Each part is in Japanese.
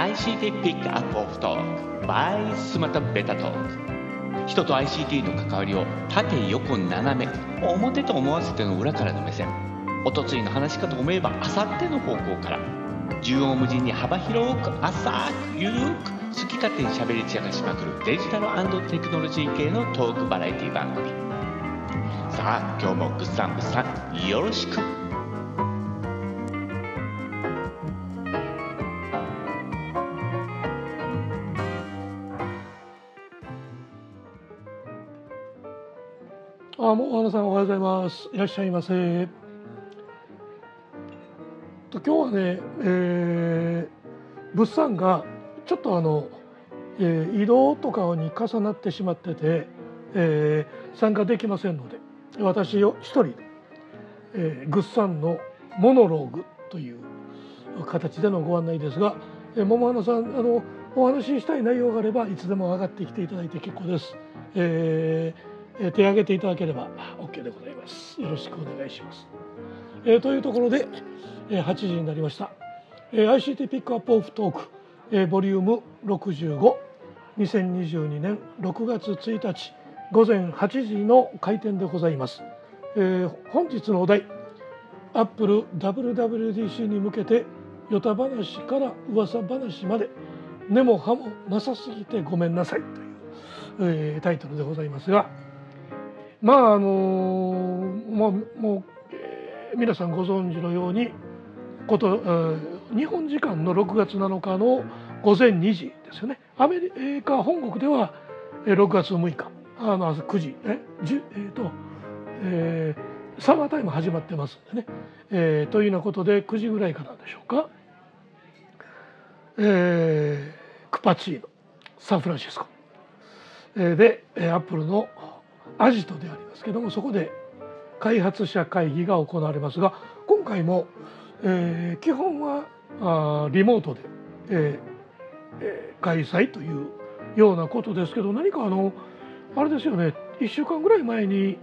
ICT ピックアップオフトーク by スマタベタトーク。人と ICT の関わりを縦横斜め表と思わせての裏からの目線。おとついの話かと思えばあさっての方向から、縦横無尽に幅広く浅くゆるく好き勝手に喋り散らかしまくるデジタル&テクノロジー系のトークバラエティ番組。さあ今日もぐっさんぐっさんよろしく。 もうさんおはようございます。いらっしゃいませ。今日はね、物産がちょっと移動とかに重なってしまってて、参加できませんので、私を一人で、物産のモノローグという形でのご案内ですが、桃花さんお話ししたい内容があればいつでも上がってきていただいて結構です。手を挙げていただければ OK でございます。よろしくお願いします。というところで、8時になりました。ICT ピックアップオフトーク、ボリューム65、2022年6月1日午前8時の開店でございます。本日のお題、アップル WWDC に向けてヨタ話から噂話まで根も葉もなさすぎてごめんなさいという、タイトルでございますが、もう、皆さんご存知のように日本時間の6月7日の午前2時ですよね。アメリカ本国では6月6日朝9時サマータイム始まってますんでね、というようなことで9時ぐらいからでしょうか、クパチーノサンフランシスコ、でアップルのアジトでありますけども、そこで開発者会議が行われますが、今回も、基本はリモートで、開催というようなことですけど、何かあれですよね、1週間ぐらい前に、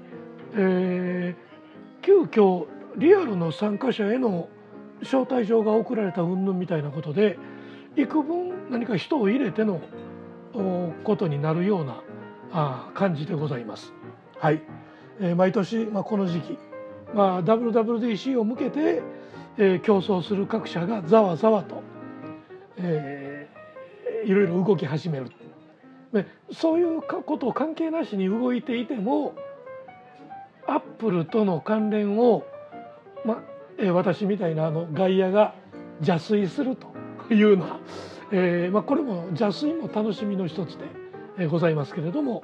急遽リアルの参加者への招待状が送られた云々みたいなことで、幾分何か人を入れてのことになるような感じでございます。はい、毎年、この時期、WWDC を向けて、競争する各社がざわざわと、いろいろ動き始める。そういうことを関係なしに動いていても、アップルとの関連を、私みたいな外野が邪推するというような、これも邪推も楽しみの一つでございますけれども、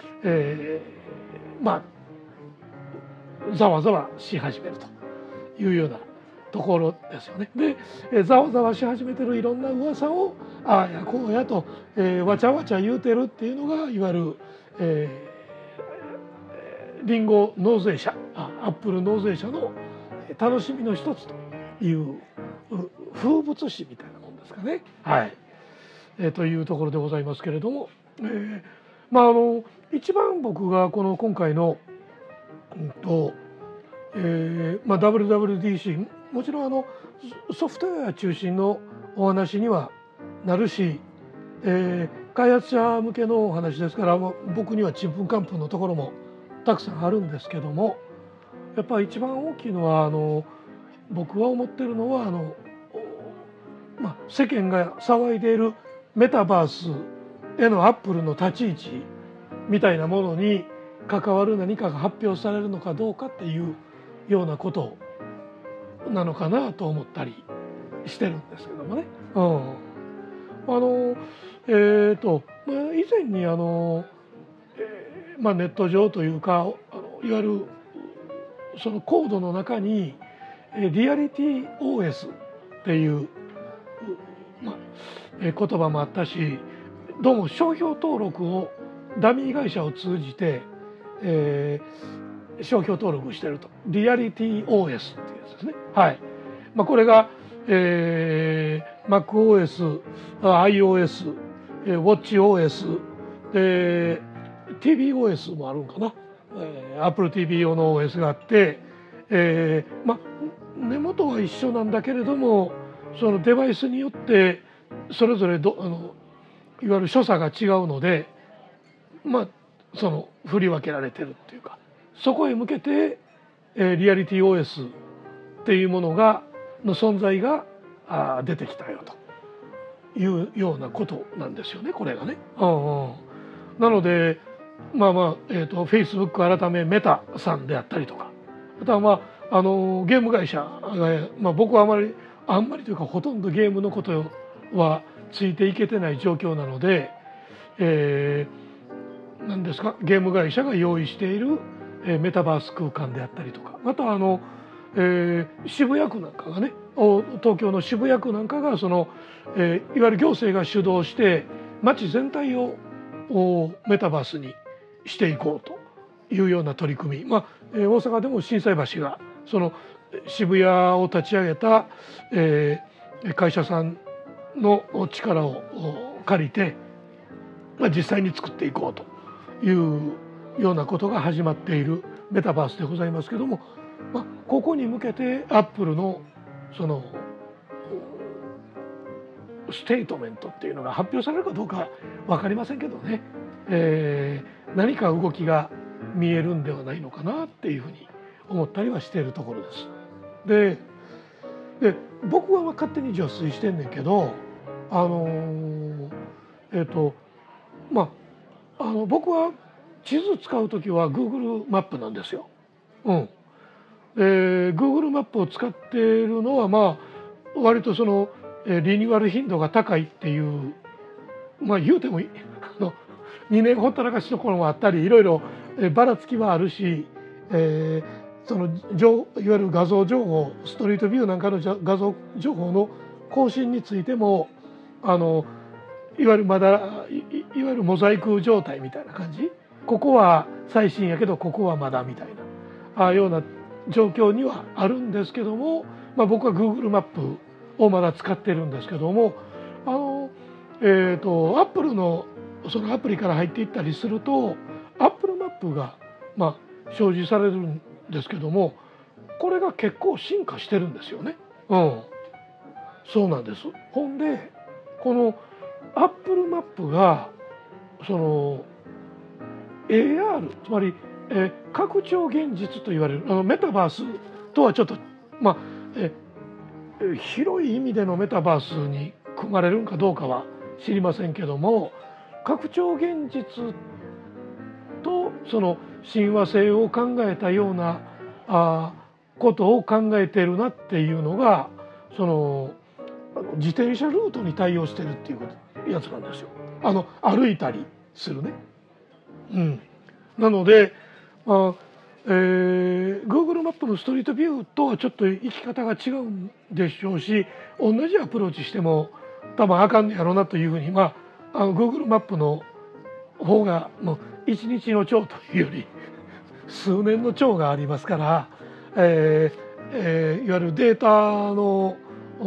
ざわざわし始めるというようなところですよね。で、ざわざわし始めてるいろんな噂をああやこうやと、わちゃわちゃ言うてるっていうのがいわゆる、リンゴ納税者アップル納税者の楽しみの一つという風物詩みたいなもんですかね。はい、というところでございますけれども、一番僕が今回のWWDC、 もちろんソフトウェア中心のお話にはなるし、開発者向けのお話ですから、僕にはちんぷんかんぷんのところもたくさんあるんですけども、やっぱり一番大きいのは僕が思ってるのは世間が騒いでいるメタバースへのアップルの立ち位置みたいなものに関わる何かが発表されるのかどうかっていうようなことなのかなと思ったりしてるんですけどもね。以前にネット上というかいわゆるそのコードの中にリアリティ OS っていう言葉もあったし、どうも商標登録をダミー会社を通じて、商標登録していると、リアリティ OS っていうやつですね。はい、これが、MacOS、iOS、WatchOS、tvOS もあるんかな、Apple TV 用の OS があって、根元は一緒なんだけれども、そのデバイスによってそれぞれいわゆる所作が違うので、その振り分けられてるっていうか、そこへ向けて、リアリティ OS っていうものの存在が出てきたよというようなことなんですよね、これがね。なのでFacebook 改めメタさんであったりとか、あとはゲーム会社が、僕はあんまりというかほとんどゲームのことはついていけてない状況なので、何ですか、ゲーム会社が用意しているメタバース空間であったりとか、また渋谷区なんかがね、東京の渋谷区なんかがいわゆる行政が主導して街全体をメタバースにしていこうというような取り組み、大阪でも心斎橋がその渋谷を立ち上げた、会社さんの力を借りて、実際に作っていこうというようなことが始まっているメタバースでございますけども、ここに向けてアップルのそのステートメントっていうのが発表されるかどうか分かりませんけどね、何か動きが見えるんではないのかなっていうふうに思ったりはしているところです。で僕は勝手に助推してんねんけど、僕は地図使う時は Google マップなんですよ。Google マップを使っているのは割とそのリニューアル頻度が高いっていう、言うても2年ほったらかしの頃もあったり、いろいろばらつきはあるし、そのいわゆる画像情報、ストリートビューなんかの画像情報の更新についてもいわゆるモザイク状態みたいな感じ、ここは最新やけどここはまだみたいなような状況にはあるんですけども、僕は Google マップをまだ使ってるんですけども、Apple のそのアプリから入っていったりすると Apple マップが表示されるんですけども、これが結構進化してるんですよね。そうなんです。ほんでこの Apple マップがその AR、 つまり拡張現実と言われるメタバースとはちょっと広い意味でのメタバースに組まれるんかどうかは知りませんけども、拡張現実とその親和性を考えたようなことを考えているなっていうのが、その自転車ルートに対応してるっていうやつなんですよ。歩いたりするね。なので、Google マップのストリートビューとはちょっと生き方が違うんでしょうし、同じアプローチしても多分あかんねやろうなというふうに、Google マップの方がもう一日の長というより数年の長がありますから、いわゆるデータの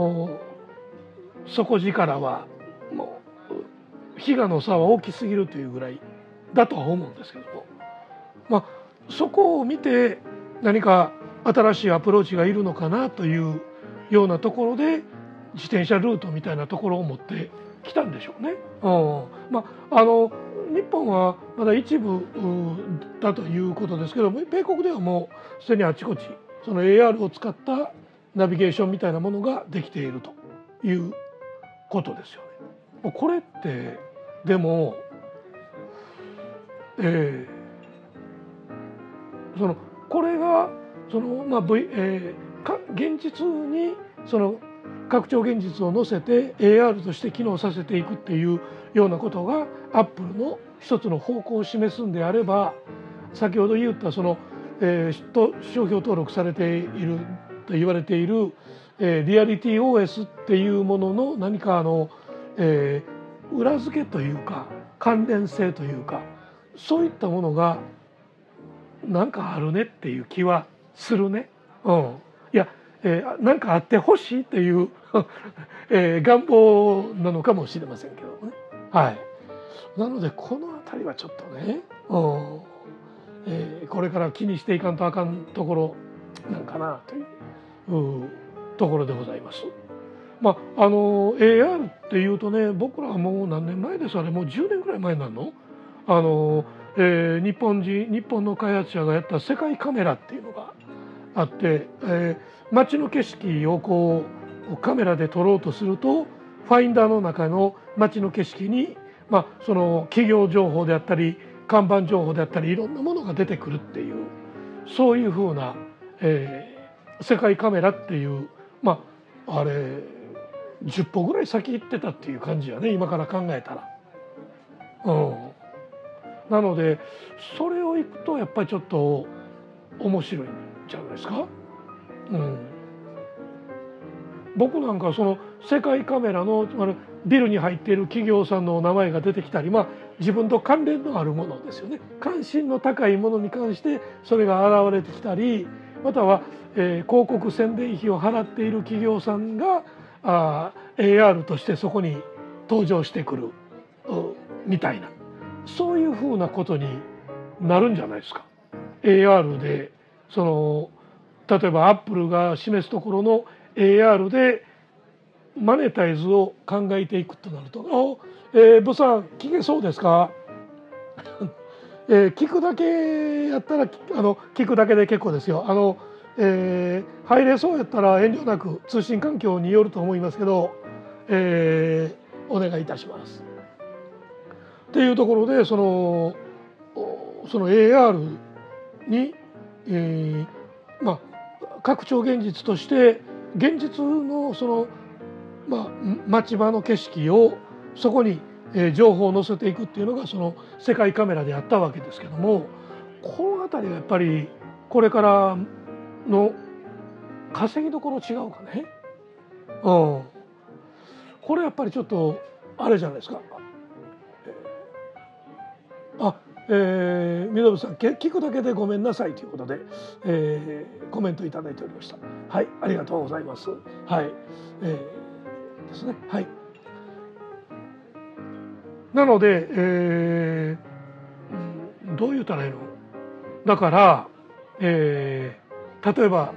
底力はもう比嘉の差は大きすぎるというぐらいだとは思うんですけども、そこを見て何か新しいアプローチがいるのかなというようなところで自転車ルートみたいなところを持ってきたんでしょうね。日本はまだ一部だということですけど、米国ではもうすでにあちこちその AR を使ったナビゲーションみたいなものができているということですよね。これってでも、これが現実にその拡張現実を載せて AR として機能させていくっていうようなことが Apple の一つの方向を示すんであれば、先ほど言ったその、商標登録されていると言われている、リアリティ OS っていうものの何か裏付けというか関連性というか、そういったものがなんかあるねっていう気はするね。いや、なんかあってほしいという願望なのかもしれませんけどね。なのでこの辺りはちょっとね、これから気にしていかんとあかんところなんかなというところでございます。 AR っていうとね、僕らはもう何年前ですかね、もう10年ぐらい前になるの、日本の開発者がやった世界カメラっていうのがあって、街の景色をこうカメラで撮ろうとすると、ファインダーの中の街の景色に、その企業情報であったり看板情報であったりいろんなものが出てくるっていう、そういうふうな、世界カメラっていう、あれ10歩ぐらい先行ってたっていう感じやね、今から考えたら。なのでそれをいくとやっぱりちょっと面白いんじゃないですか。僕なんかその世界カメラのビルに入っている企業さんの名前が出てきたり、自分と関連のあるものですよね、関心の高いものに関してそれが現れてきたり、または、広告宣伝費を払っている企業さんがAR としてそこに登場してくるみたいな、そういうふうなことになるんじゃないですか。 AR で例えばアップルが示すところの AR でマネタイズを考えていくとなると、ブさん聞けそうですか？聞くだけやったら聞くだけで結構ですよ。入れそうやったら遠慮なく、通信環境によると思いますけど、お願いいたします。っていうところでその AR に、拡張現実として現実の街場の景色をそこに情報を載せていくっていうのがその世界カメラであったわけですけども、この辺りがやっぱりこれからの稼ぎどころ違うかね。これやっぱりちょっとあれじゃないですか。みどぶさん聞くだけでごめんなさいということで、コメントいただいておりました。はい、ありがとうございます。はい、ですね。はい。なので、どう言ったらいいの？だから、例えば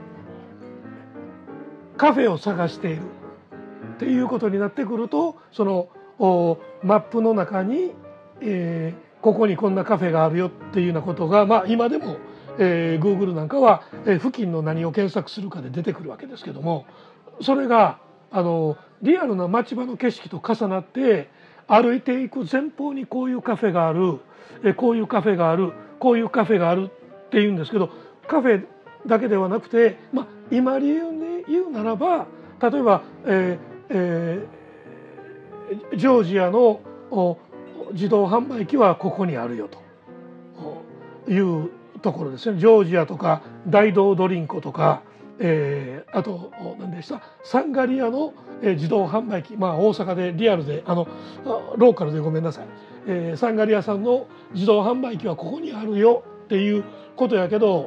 カフェを探しているっていうことになってくると、そのマップの中に、ここにこんなカフェがあるよっていうようなことが、今でも、Google なんかは、付近の何を検索するかで出てくるわけですけども、それがリアルな街場の景色と重なって歩いていく前方にこういうカフェがある、こういうカフェがある、こういうカフェがあるっていうんですけど、カフェだけではなくて、今理由に言うならば、例えば、ジョージアの自動販売機はここにあるよというところですね。ジョージアとか大道ドリンコとか、あと何でした、サンガリアの自動販売機、大阪でリアルでローカルでごめんなさい、サンガリアさんの自動販売機はここにあるよっていうことやけど、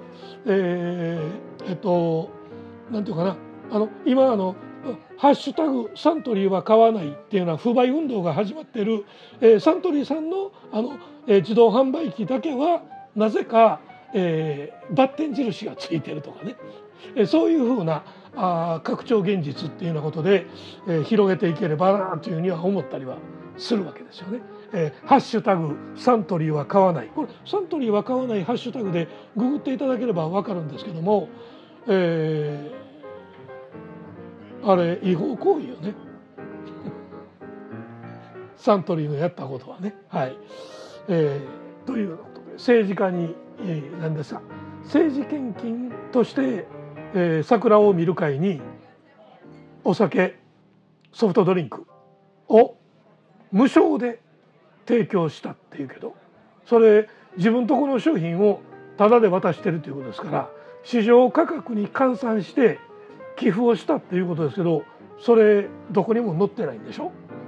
なんていうかな、今ハッシュタグサントリーは買わないっていうような不買運動が始まっている、サントリーさんの自動販売機だけはなぜか、バッテン印がついてるとかね、そういうふうな拡張現実っていうようなことで、広げていければなというふうには思ったりはするわけですよね。ハッシュタグサントリーは買わない、これサントリーは買わないハッシュタグでググっていただければ分かるんですけども、あれ違法行為よねサントリーのやったことはね。はい、というようなことで、政治家に、何ですか、政治献金として、桜を見る会にお酒ソフトドリンクを無償で提供したっていうけど、それ自分とこの商品をタダで渡してるということですから、市場価格に換算して寄付をしたっていうことですけど、それどこにも載ってないんでしょ。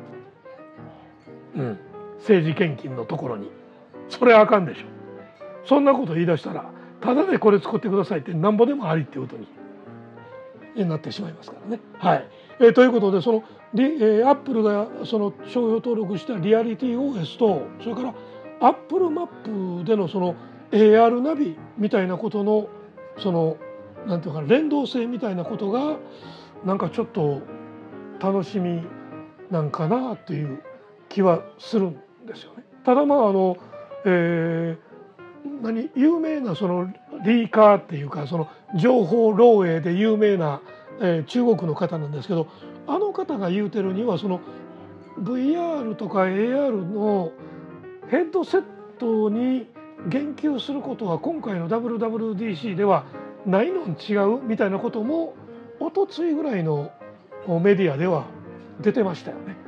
政治献金のところに。それあかんでしょ。そんなこと言い出したらタダでこれ作ってくださいってなんぼでもありっていうことになってしまいますからね。はい、ということで、そのアップルがその商標登録したリアリティ OS と、それからアップルマップでのその AR ナビみたいなことのそのなんていうか連動性みたいなことがなんかちょっと楽しみなんかなという気はするんですよね。ただ有名なそのリーカーっていうかその情報漏洩で有名な、中国の方なんですけど、あの方が言うてるにはその VR とか AR のヘッドセットに言及することは今回の WWDC ではないのに違うみたいなこともおとついぐらいのメディアでは出てましたよね。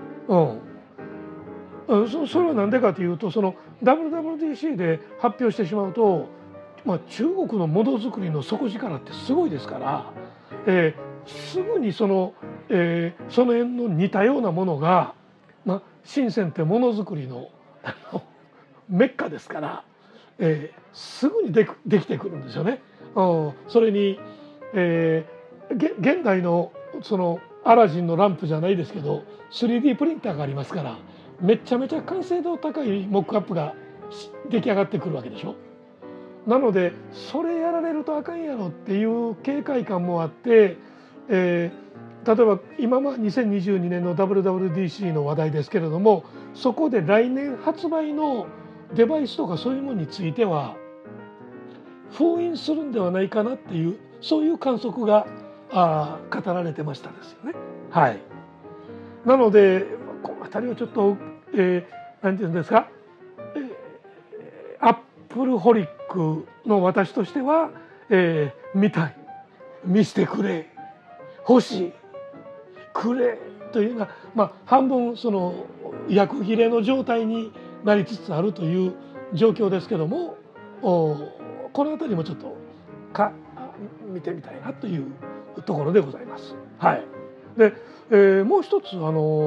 それは何でかというとその WWDC で発表してしまうと、中国のものづくりの底力ってすごいですから、すぐにその辺の似たようなものが、深センってものづくりのメッカですから、すぐにできてくるんですよね。それに、現代のそのアラジンのランプじゃないですけど 3D プリンターがありますから、めちゃめちゃ完成度高いモックアップが出来上がってくるわけでしょ。なのでそれやられるとあかんやろっていう警戒感もあって、例えば今2022年の WWDC の話題ですけれども、そこで来年発売のデバイスとかそういうものについては封印するんではないかなっていう、そういう観測が語られてましたですよね。はい。なのでこの辺りはちょっと、なんていうんですか、アップルホリックの私としては、見たい、見せてくれ、欲しい、くれというような、半分その役切れの状態になりつつあるという状況ですけども、この辺りもちょっと見てみたいなというところでございます。はい。で、もう一つ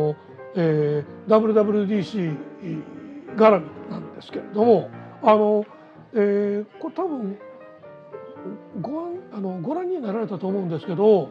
WWDC 絡みなんですけれども、これ多分ご覧になられたと思うんですけど、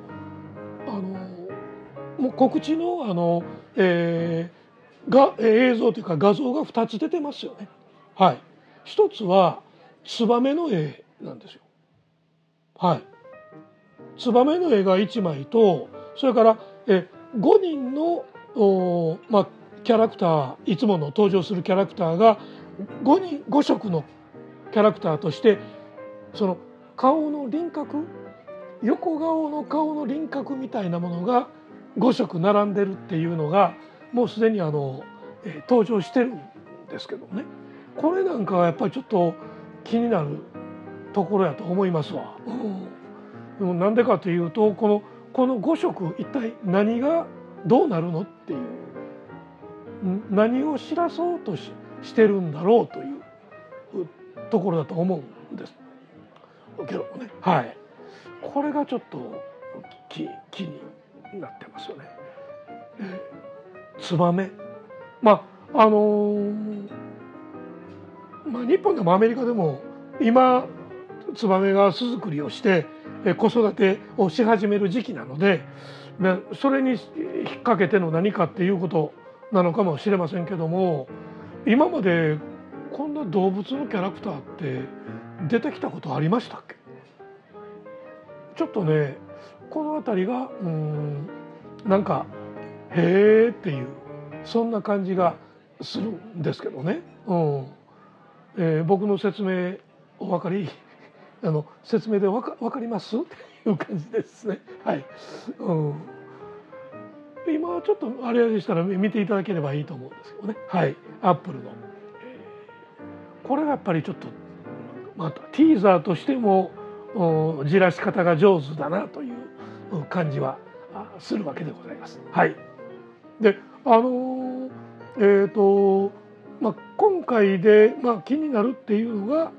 もう告知の映像というか画像が2つ出てますよね。はい。一つはツバメの絵なんですよ。はい。ツバメの絵が1枚と、それから5人のキャラクター、いつもの登場するキャラクターが5色のキャラクターとして、その顔の輪郭、横顔の顔の輪郭みたいなものが5色並んでるっていうのがもうすでに登場してるんですけどね。これなんかはやっぱりちょっと気になるところやと思いますわ。なんでかというとこの5色一体何がどうなるのっていう、何を知らそうとしてるんだろうというところだと思うんですけどもね。はい。これがちょっと気になってますよね。ツバメ、日本でもアメリカでも今ツバメが巣作りをして子育てをし始める時期なので、それに引っ掛けての何かっていうことなのかもしれませんけども、今までこんな動物のキャラクターって出てきたことありましたっけ？ちょっとね、この辺りがなんかへーっていう、そんな感じがするんですけどね。僕の説明お分かり説明で分かりますっていう感じですね。はい。今ちょっとあれでしたら見ていただければいいと思うんですけどね。はい。アップルの、これがやっぱりちょっとティーザーとしてもじらし方が上手だなという感じはするわけでございます。はい。で、今回で気になるっていうのが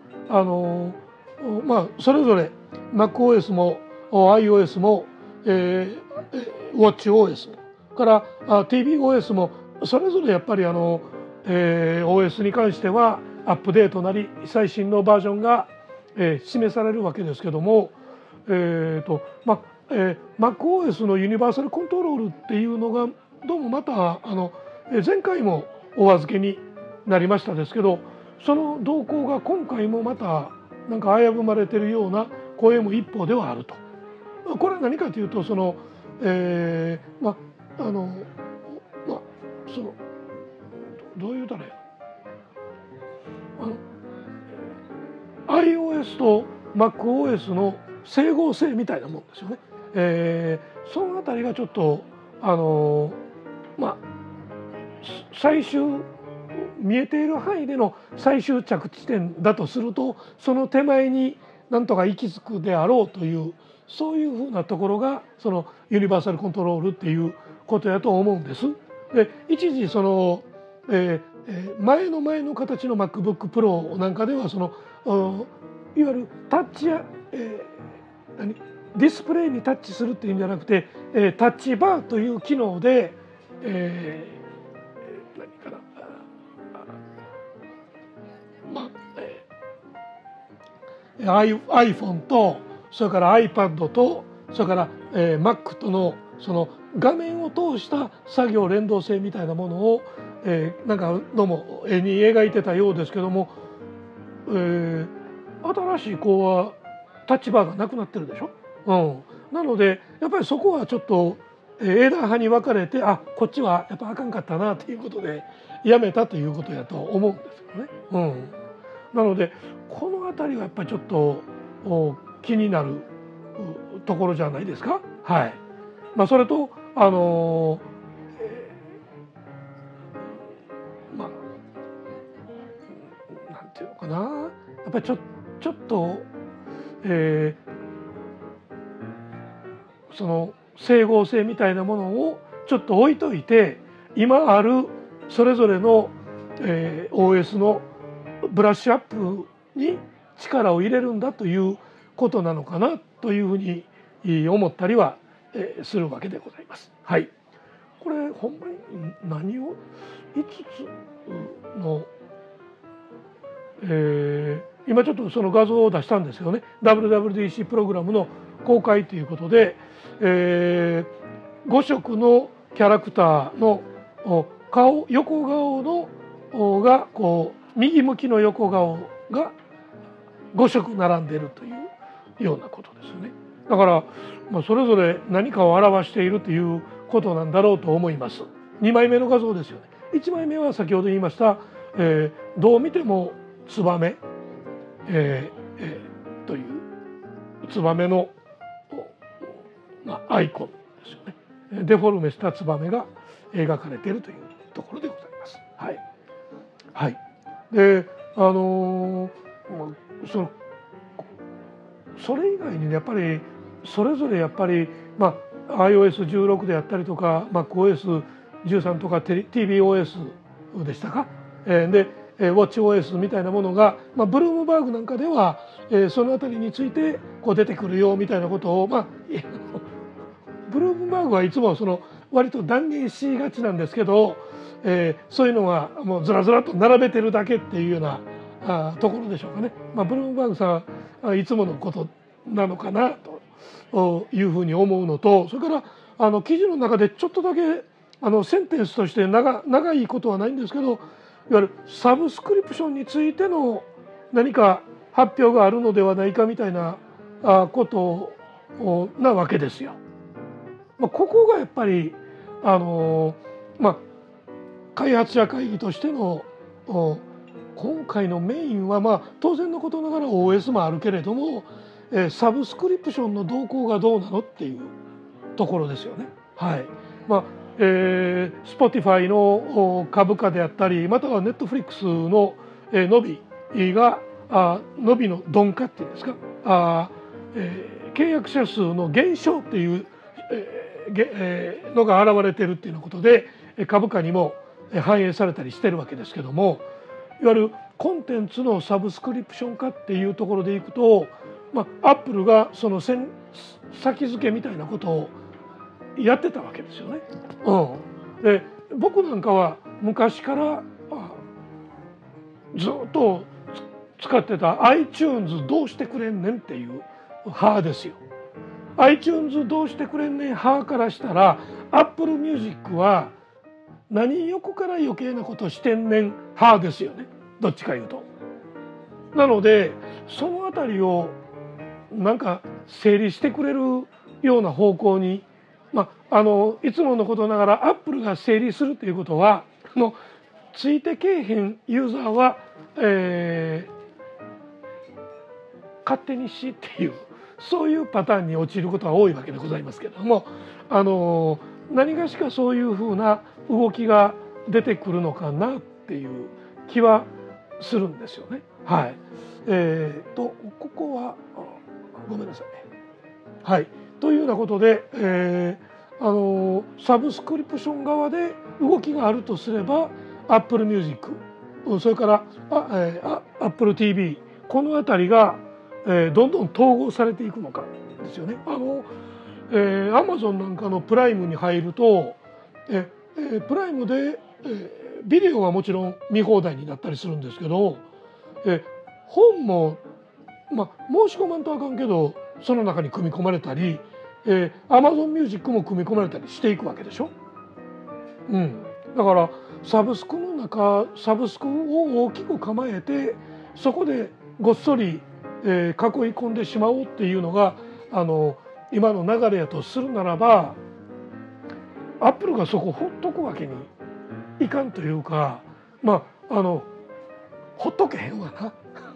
それぞれ MacOS も iOS も、WatchOS もから tvOS もそれぞれやっぱりOS に関してはアップデートなり最新のバージョンが、示されるわけですけども、MacOS のユニバーサルコントロールっていうのがどうもまた前回もお預けになりましたですけど、その動向が今回もまたなんか危ぶまれているような声も一方ではあると。これは何かというとまあそのどう言うたらいいの、iOS と MacOS の整合性みたいなもんですよね。そのあたりがちょっとまあ最終見えている範囲での最終着地点だとすると、その手前になんとか行き着くであろうという、そういうふうなところがそのユニバーサルコントロールっていうことやと思うんです。で一時その、前の形の MacBook Pro なんかではそのいわゆるタッチや、ディスプレイにタッチするっていうんじゃなくて、タッチバーという機能で、何かな、iPhone とそれから iPad とそれから、Mac とのその画面を通した作業連動性みたいなものを、なんかどうも絵に描いてたようですけども、新しい子はタッチバーがなくなってるでしょ。なのでやっぱりそこはちょっと枝葉に分かれて、こっちはやっぱあかんかったなということでやめたということやと思うんですよね。なのでこの辺りはやっぱりちょっと気になるところじゃないですか。はい。それとなんていうのかな、やっぱりちょっと、その整合性みたいなものをちょっと置いといて、今あるそれぞれの、OS のブラッシュアップに力を入れるんだということなのかなというふうに思ったりはするわけでございます。はい。これほんまに何を5つの、今ちょっとその画像を出したんですけどね、 WWDC プログラムの公開ということで、5色のキャラクターの顔、横顔のがこう右向きの横顔が5色並んでいるというようなことですよね。だから、それぞれ何かを表しているということなんだろうと思います。2枚目の画像ですよね。1枚目は先ほど言いました、どう見てもツバメ、というツバメの、アイコンですよね。デフォルメしたツバメが描かれているというところでございます。はい、はい、でそれ以外にね、やっぱりそれぞれやっぱり、iOS16 であったりとか MacOS13 とか tvOS でしたか、でWatchOS みたいなものが、ブルームバーグなんかでは、そのあたりについてこう出てくるよみたいなことを、ブルームバーグはいつもその割と断言しがちなんですけど、そういうのはもうずらずらと並べてるだけっていうようなところでしょうかね。ブルームバーグさんはいつものことなのかなというふうに思うのと、それから記事の中でちょっとだけセンテンスとして長いことはないんですけど、いわゆるサブスクリプションについての何か発表があるのではないかみたいなことなわけですよ。ここがやっぱり開発者会議としての今回のメインは、当然のことながら OS もあるけれども、サブスクリプションの動向がどうなのっていうところですよね。はい。Spotify の株価であったり、または Netflix の伸びの鈍化っていうんですか、契約者数の減少っていうのが現れているっていうようなことで株価にも反映されたりしてるわけですけども、いわゆるコンテンツのサブスクリプション化っていうところでいくと、アップルがその先付けみたいなことをやってたわけですよね。で僕なんかは昔からずっと使ってた iTunes どうしてくれんねんっていう派ですよ。iTunes どうしてくれんねん派からしたら Apple Music は何横から余計なことしてんねん派ですよね、どっちか言うと。なのでそのあたりをなんか整理してくれるような方向にいつものことながらアップルが整理するということはついてけえへんユーザーは、勝手にしっていうそういうパターンに陥ることが多いわけでございますけれども、何がしかそういうふうな動きが出てくるのかなっていう気はするんですよね。はい。ここはごめんなさい。はい。というようなことで、サブスクリプション側で動きがあるとすれば Apple Music、それからApple TV、この辺りが、どんどん統合されていくのかですよね。Amazon なんかのプライムに入ると、プライムで、ビデオはもちろん見放題になったりするんですけど、本も、申し込まんとあかんけどその中に組み込まれたり、Amazon Music も組み込まれたりしていくわけでしょ。だからサブスクを大きく構えてそこでごっそり、囲い込んでしまおうっていうのが今の流れやとするならば、アップルがそこほっとくわけにいかんというか、ほっとけへんわな。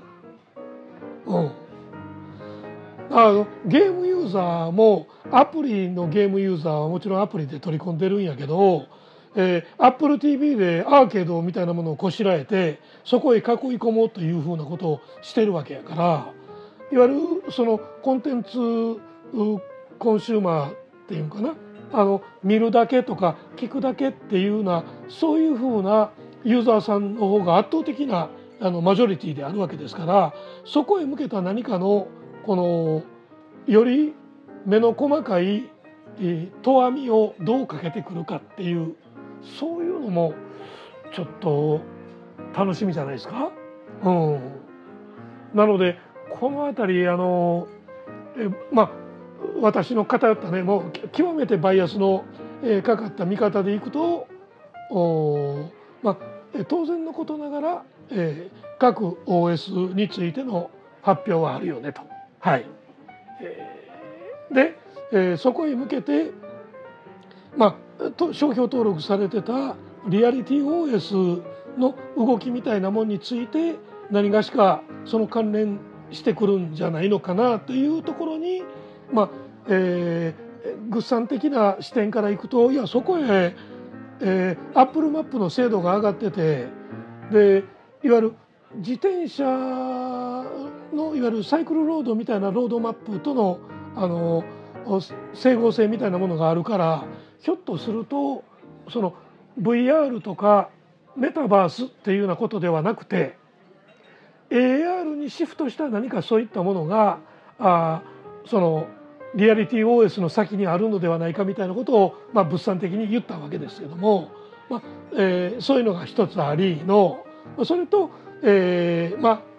ゲームユーザーもアプリのゲームユーザーはもちろんアプリで取り込んでるんやけど、Apple TV でアーケードみたいなものをこしらえてそこへ囲い込もうというふうなことをしてるわけやから、いわゆるそのコンテンツコンシューマーっていうかな、見るだけとか聞くだけっていうようなそういうふうなユーザーさんの方が圧倒的なマジョリティであるわけですから、そこへ向けた何かのこのより目の細かいと網をどうかけてくるかっていうそういうのもちょっと楽しみじゃないですか。なのでこの辺り私の偏ったねもう極めてバイアスのかかった見方でいくと当然のことながら、各 OS についての発表はあるよねと。はい。で、そこへ向けて商標登録されてたリアリティ OS の動きみたいなものについて何がしかその関連してくるんじゃないのかなというところにグッさん的な視点からいくと、いやそこへ、Apple マップの精度が上がってて、でいわゆる自転車のいわゆるサイクルロードみたいなロードマップとの整合性みたいなものがあるから、ひょっとするとその VR とかメタバースっていうようなことではなくて AR にシフトした何かそういったものがそのリアリティ OS の先にあるのではないかみたいなことを物産的に言ったわけですけども、そういうのが一つありの、それと、ティ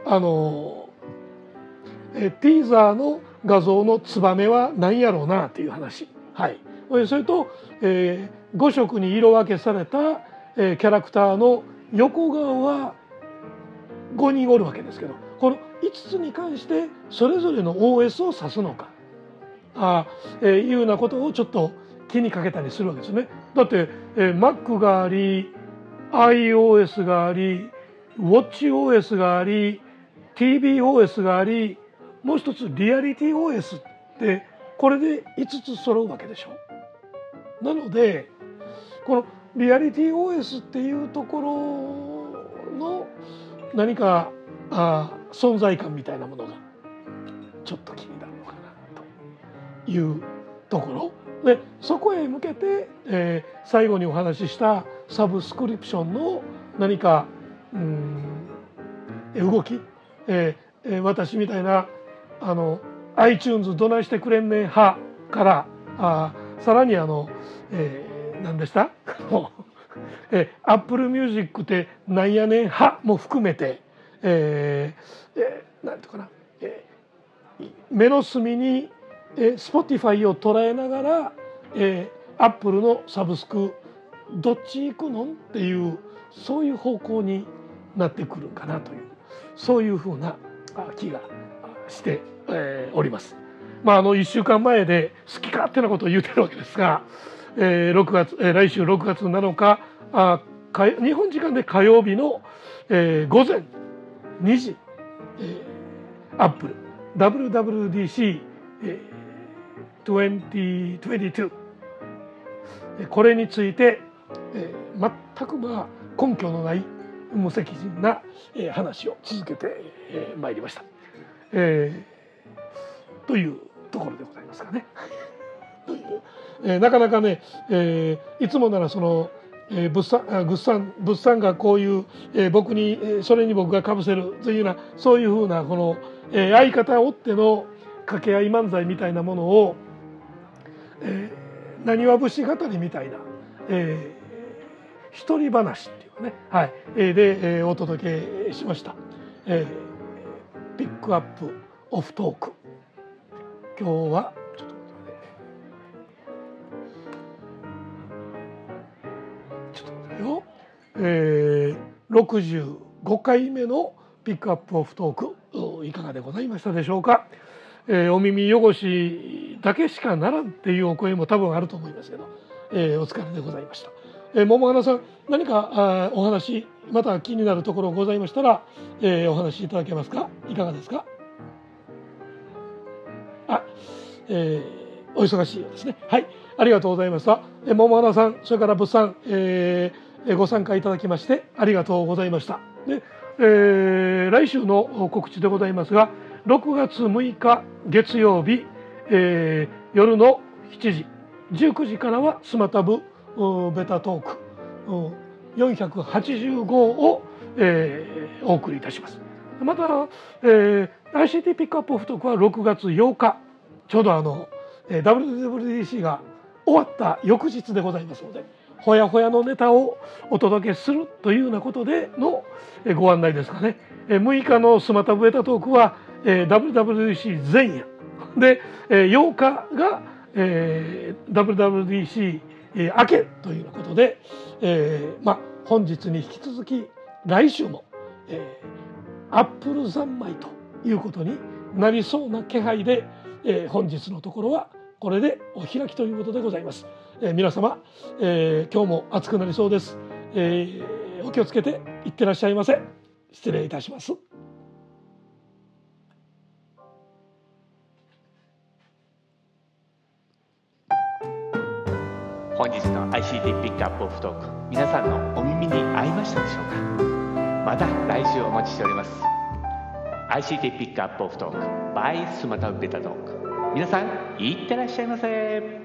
ーザーの画像のツバメは何やろうなっていう話、はい、それと、5色に色分けされた、キャラクターの横顔は5人おるわけですけど、この5つに関してそれぞれの OS を指すのかいうようなことをちょっと気にかけたりするわけですね。だって、Mac があり iOS があり WatchOS があり tvOS があり、もう一つリアリティ OS ってこれで5つ揃うわけでしょ。なのでこのリアリティ OS っていうところの何か存在感みたいなものがちょっと気になるのかなというところで、そこへ向けて、最後にお話ししたサブスクリプションの何か動き、私みたいなiTunes どないしてくれんねん派からさらに何でしたApple Music ってなんやねん派も含めて、なんていうかな、目の隅にSpotify を捉えながら、Apple のサブスクどっち行くのっていうそういう方向になってくるかなというそういうふうな気がして、おります。 1週間前で好き勝手なことを言うてるわけですが、来週6月7日日本時間で火曜日の、午前2時、アップル WWDC、2022これについて、全く根拠のない無責任な、話を続けてまいりました、というところでございますかね。なかなかね、いつもならその物産がこういう、僕にそれに僕がかぶせるというようなそういうふうなこの、相方を追っての掛け合い漫才みたいなものを、なにわ節語りみたいな、一人話っていうね、はい、で、お届けしました、ピックアップオフトーク。今日はちょっと待ってよ、65回目のピックアップオフトークいかがでございましたでしょうか。お耳汚しだけしかならんっていうお声も多分あると思いますけど、お疲れでございました。桃花さん、何かお話また気になるところございましたら、お話しいただけますか。いかがですか。お忙しいようですね。はい、ありがとうございました。桃花さん、それから物産、ご参加いただきましてありがとうございました。で、来週の告知でございますが、6月6日月曜日、夜の7時19時からはスマタブベタトーク485を、お送りいたします。また、ICT ピックアップオフトークは6月8日ちょうどWWDC が終わった翌日でございますので、ほやほやのネタをお届けするというようなことでのご案内ですかね。6日のスマタブベタトークは WWDC 前夜で、8日が、WWDC 明けということで、本日に引き続き来週も、アップル三昧ということになりそうな気配で、本日のところはこれでお開きということでございます。皆様、今日も暑くなりそうです。お気をつけていってらっしゃいませ。失礼いたします。 本日の ICT ピックアップオフトーク、皆さんのお耳に合いましたでしょうか。また来週お待ちしております。 ICT ピックアップオフトーク by スマタブベタトーク、皆さんいってらっしゃいませ。